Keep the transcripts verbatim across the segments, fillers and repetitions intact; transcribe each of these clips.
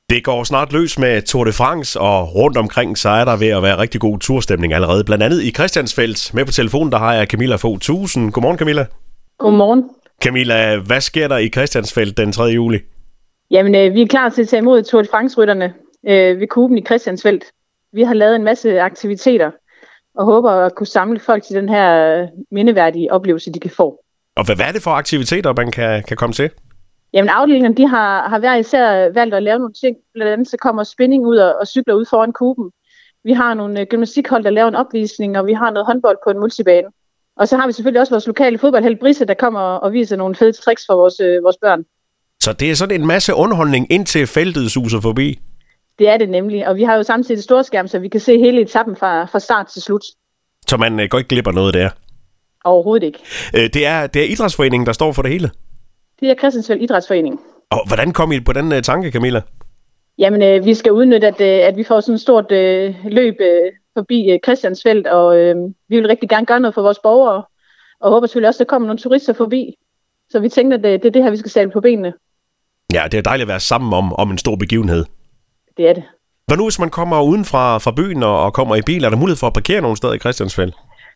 Det går snart løs med Tour de France, og rundt omkring så er der ved at være rigtig god turstemning allerede. Blandt andet i Christiansfeld. Med på telefonen, der har jeg Camilla Fogh Tuesen. Godmorgen, Camilla. Godmorgen. Camilla, hvad sker der i Christiansfeld den tredje juli? Jamen, øh, vi er klar til at tage imod Tour de France-rytterne øh, ved Kuben i Christiansfeld. Vi har lavet en masse aktiviteter og håber at kunne samle folk til den her mindeværdige oplevelse, de kan få. Og hvad er det for aktiviteter, man kan, kan komme til? Jamen, afdelingerne de har, har hver især valgt at lave nogle ting. Blandt andet så kommer spinning ud og, og cykler ud foran Kuben. Vi har nogle øh, gymnastikhold, der laver en opvisning, og vi har noget håndbold på en multibane. Og så har vi selvfølgelig også vores lokale fodboldhelt Brisse, der kommer og viser nogle fede tricks for vores, øh, vores børn. Så det er sådan en masse underholdning indtil feltet suser forbi? Det er det nemlig, og vi har jo samtidig et storskærm, så vi kan se hele etappen fra, fra start til slut. Så man øh, går ikke glip af noget der? Overhovedet ikke. Øh, det, er, det er Idrætsforeningen, der står for det hele? Det er Christiansfeld Idrætsforening. Og hvordan kom I på den uh, tanke, Camilla? Jamen, øh, vi skal udnytte, at, øh, at vi får sådan et stort øh, løb øh, forbi øh, Christiansfeld, og øh, vi vil rigtig gerne gøre noget for vores borgere, og håber selvfølgelig også, at der kommer nogle turister forbi. Så vi tænkte, at det, det er det her, vi skal sætte på benene. Ja, det er dejligt at være sammen om, om en stor begivenhed. Det er det. Hvad nu, hvis man kommer uden fra, fra byen og, og kommer i bil? Er der mulighed for at parkere nogle steder i Christiansfeld?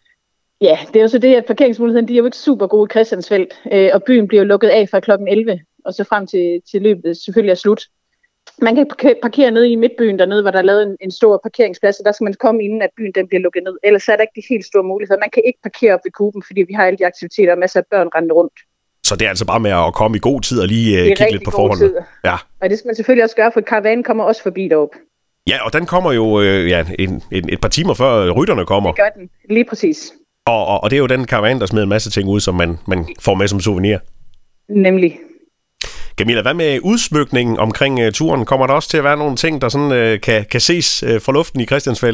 Ja, det er jo så det, at parkeringsmulighederne de er jo ikke super gode i Christiansfeld, øh, og byen bliver jo lukket af fra klokken elleve, og så frem til, til løbet selvfølgelig er slut. Man kan parkere nede i midtbyen dernede, hvor der er lavet en, en stor parkeringsplads, og der skal man komme inden, at byen den bliver lukket ned. Ellers er der ikke de helt store muligheder. Man kan ikke parkere op ved Kuben, fordi vi har alle de aktiviteter og masser af børn rendende rundt. Så det er altså bare med at komme i god tid og lige uh, kigge lidt på forholdene? Ja. Og det skal man selvfølgelig også gøre, for karavanen kommer også forbi deroppe. Ja, og den kommer jo øh, ja, en, en, et par timer før rytterne kommer. Det gør den, lige præcis. Og, og, og det er jo den karavan, der smider en masse ting ud, som man, man får med som souvenir. Nemlig. Camilla, hvad med udsmykningen omkring uh, turen? Kommer der også til at være nogle ting, der sådan, uh, kan, kan ses uh, fra luften i Christiansfeld?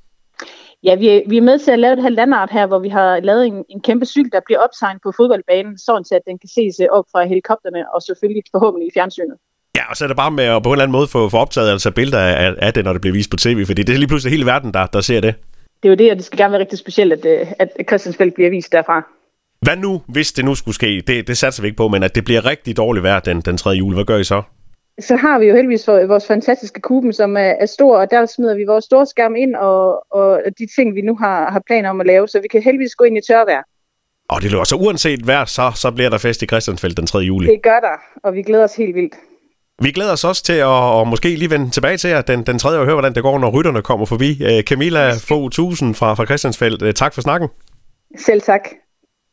Ja, vi er, vi er med til at lave et halvt landart her, hvor vi har lavet en, en kæmpe cykel, der bliver opsegnet på fodboldbanen, sådan til at den kan ses op fra helikopterne, og selvfølgelig forhåbentlig i fjernsynet. Ja, og så er det bare med at på en eller anden måde få, få optaget altså billeder af, af det, når det bliver vist på tv, fordi det er lige pludselig hele verden, der, der ser det. Det er jo det, og det skal gerne være rigtig specielt, at, at Christiansfeld bliver vist derfra. Hvad nu, hvis det nu skulle ske? Det, det satser vi ikke på, men at det bliver rigtig dårligt vejr den, den tredje juli. Hvad gør I så? Så har vi jo heldigvis for, vores fantastiske Kuben, som er, er stor, og der smider vi vores store skærm ind, og, og de ting, vi nu har, har planer om at lave, så vi kan heldigvis gå ind i tørvejr. Og det løber så uanset vejr, så, så bliver der fest i Christiansfeld den tredje juli. Det gør der, og vi glæder os helt vildt. Vi glæder os også til at og måske lige vende tilbage til jer den, den tredje og høre, hvordan det går, når rytterne kommer forbi. Camilla Fogh Tuesen fra, fra Christiansfeld, tak for snakken. Selv tak.